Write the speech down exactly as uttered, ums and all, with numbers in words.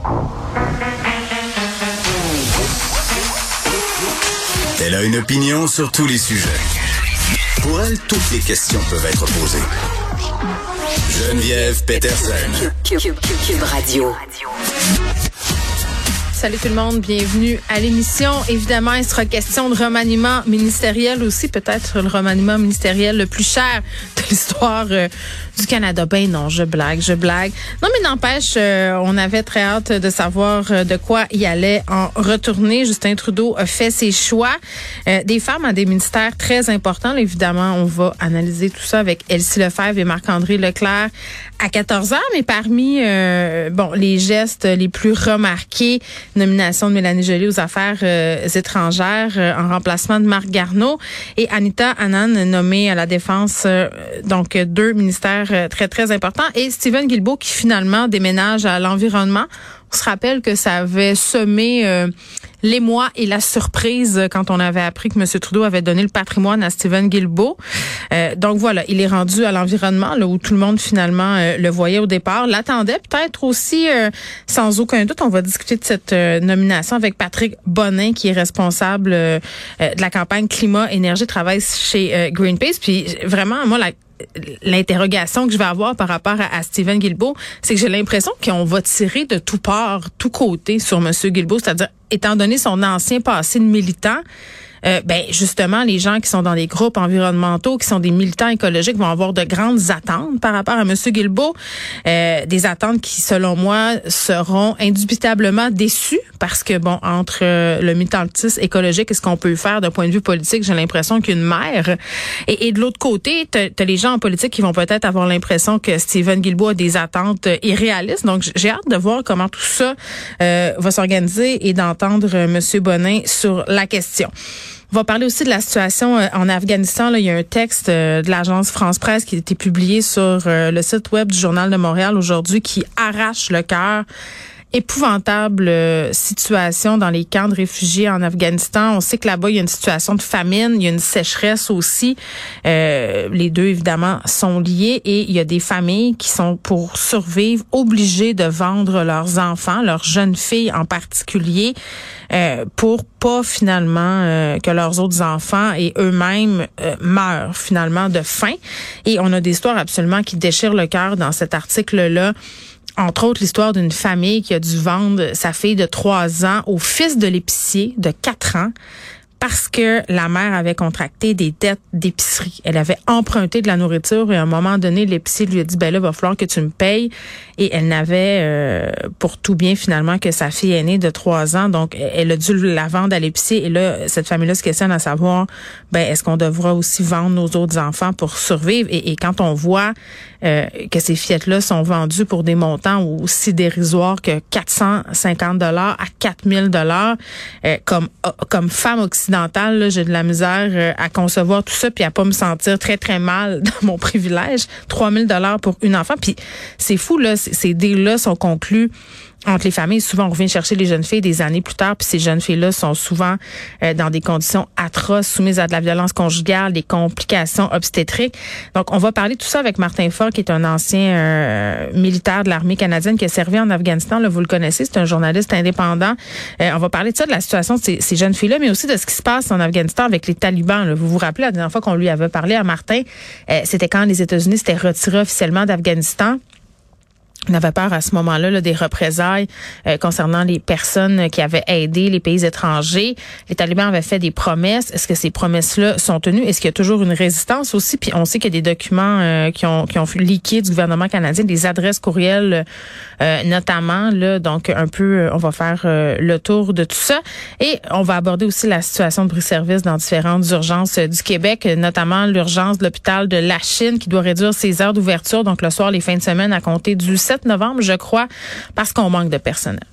Elle a une opinion sur tous les sujets. Pour elle, toutes les questions peuvent être posées. Geneviève Peterson. Cube, Cube, Cube, Cube Radio. Salut tout le monde, bienvenue à l'émission. Évidemment, il sera question de remaniement ministériel aussi, peut-être le remaniement ministériel le plus cher de l'histoire euh, du Canada. Ben non, je blague, je blague. Non, mais n'empêche, euh, on avait très hâte de savoir euh, de quoi il allait en retourner. Justin Trudeau a fait ses choix. Euh, des femmes à des ministères très importants. Là, évidemment, on va analyser tout ça avec Elsie Lefebvre et Marc-André Leclerc à quatorze heures. Mais parmi euh, bon les gestes les plus remarqués, nomination de Mélanie Joly aux affaires euh, étrangères euh, en remplacement de Marc Garneau et Anita Anand nommée à la défense, euh, donc deux ministères euh, très, très importants. Et Stephen Guilbeault qui finalement déménage à l'environnement. On se rappelle que ça avait semé euh, l'émoi et la surprise quand on avait appris que M. Trudeau avait donné le patrimoine à Stephen Guilbeault. Euh, donc voilà, il est rendu à l'environnement, là où tout le monde finalement euh, le voyait au départ, l'attendait peut-être aussi, euh, sans aucun doute. On va discuter de cette euh, nomination avec Patrick Bonin, qui est responsable euh, de la campagne Climat, Énergie, travaille chez euh, Greenpeace. Puis vraiment, moi, la l'interrogation que je vais avoir par rapport à, à Stephen Guilbeault, c'est que j'ai l'impression qu'on va tirer de tout part, tout côté sur M. Guilbeault, c'est-à-dire, étant donné son ancien passé de militant, Euh, ben justement, les gens qui sont dans des groupes environnementaux, qui sont des militants écologiques, vont avoir de grandes attentes par rapport à M. Guilbeault. Euh, des attentes qui, selon moi, seront indubitablement déçues parce que, bon, entre euh, le militantisme écologique et ce qu'on peut faire d'un point de vue politique, j'ai l'impression qu'une mère. Et, et de l'autre côté, t'as, t'as les gens en politique qui vont peut-être avoir l'impression que Stephen Guilbeault a des attentes euh, irréalistes. Donc, j'ai hâte de voir comment tout ça euh, va s'organiser et d'entendre euh, M. Bonin sur la question. On va parler aussi de la situation euh, en Afghanistan. Là, il y a un texte euh, de l'agence France-Presse qui a été publié sur euh, le site web du Journal de Montréal aujourd'hui qui arrache le cœur. Épouvantable euh, situation dans les camps de réfugiés en Afghanistan. On sait que là-bas, il y a une situation de famine, il y a une sécheresse aussi. Euh, les deux, évidemment, sont liés et il y a des familles qui sont, pour survivre, obligées de vendre leurs enfants, leurs jeunes filles en particulier, euh, pour pas finalement euh, que leurs autres enfants et eux-mêmes euh, meurent finalement de faim. Et on a des histoires absolument qui déchirent le cœur dans cet article-là. Entre autres, l'histoire d'une famille qui a dû vendre sa fille de trois ans au fils de l'épicier de quatre ans parce que la mère avait contracté des dettes d'épicerie. Elle avait emprunté de la nourriture et à un moment donné, l'épicier lui a dit, ben là, il va falloir que tu me payes. Et elle n'avait euh, pour tout bien finalement que sa fille aînée de trois ans. Donc, elle a dû la vendre à l'épicier. Et là, cette famille-là se questionne à savoir, ben est-ce qu'on devra aussi vendre nos autres enfants pour survivre? Et, et quand on voit euh, que ces fillettes-là sont vendues pour des montants aussi dérisoires que quatre cent cinquante dollars à quatre mille dollars, euh, comme comme femme occidentale, là, j'ai de la misère euh, à concevoir tout ça puis à pas me sentir très, très mal dans mon privilège. trois mille dollars pour une enfant. Puis c'est fou, là, ces deals-là sont conclus entre les familles. Souvent, on revient chercher les jeunes filles des années plus tard, puis ces jeunes filles-là sont souvent euh, dans des conditions atroces, soumises à de la violence conjugale, des complications obstétriques. Donc, on va parler de tout ça avec Martin Faure, qui est un ancien euh, militaire de l'armée canadienne qui a servi en Afghanistan. Là, vous le connaissez, c'est un journaliste indépendant. Euh, on va parler de ça, de la situation de ces, ces jeunes filles-là, mais aussi de ce qui se passe en Afghanistan avec les talibans. Là. Vous vous rappelez, la dernière fois qu'on lui avait parlé à Martin, euh, c'était quand les États-Unis s'étaient retirés officiellement d'Afghanistan. On avait peur à ce moment-là là, des représailles euh, concernant les personnes qui avaient aidé les pays étrangers. Les talibans avaient fait des promesses. Est-ce que ces promesses-là sont tenues? Est-ce qu'il y a toujours une résistance aussi? Puis on sait qu'il y a des documents euh, qui ont qui ont leaké du gouvernement canadien, des adresses courriels euh, notamment. Là, donc un peu, on va faire euh, le tour de tout ça. Et on va aborder aussi la situation de bris-service dans différentes urgences euh, du Québec, notamment l'urgence de l'hôpital de Lachine qui doit réduire ses heures d'ouverture, donc le soir, les fins de semaine à compter du sept novembre, je crois, parce qu'on manque de personnel.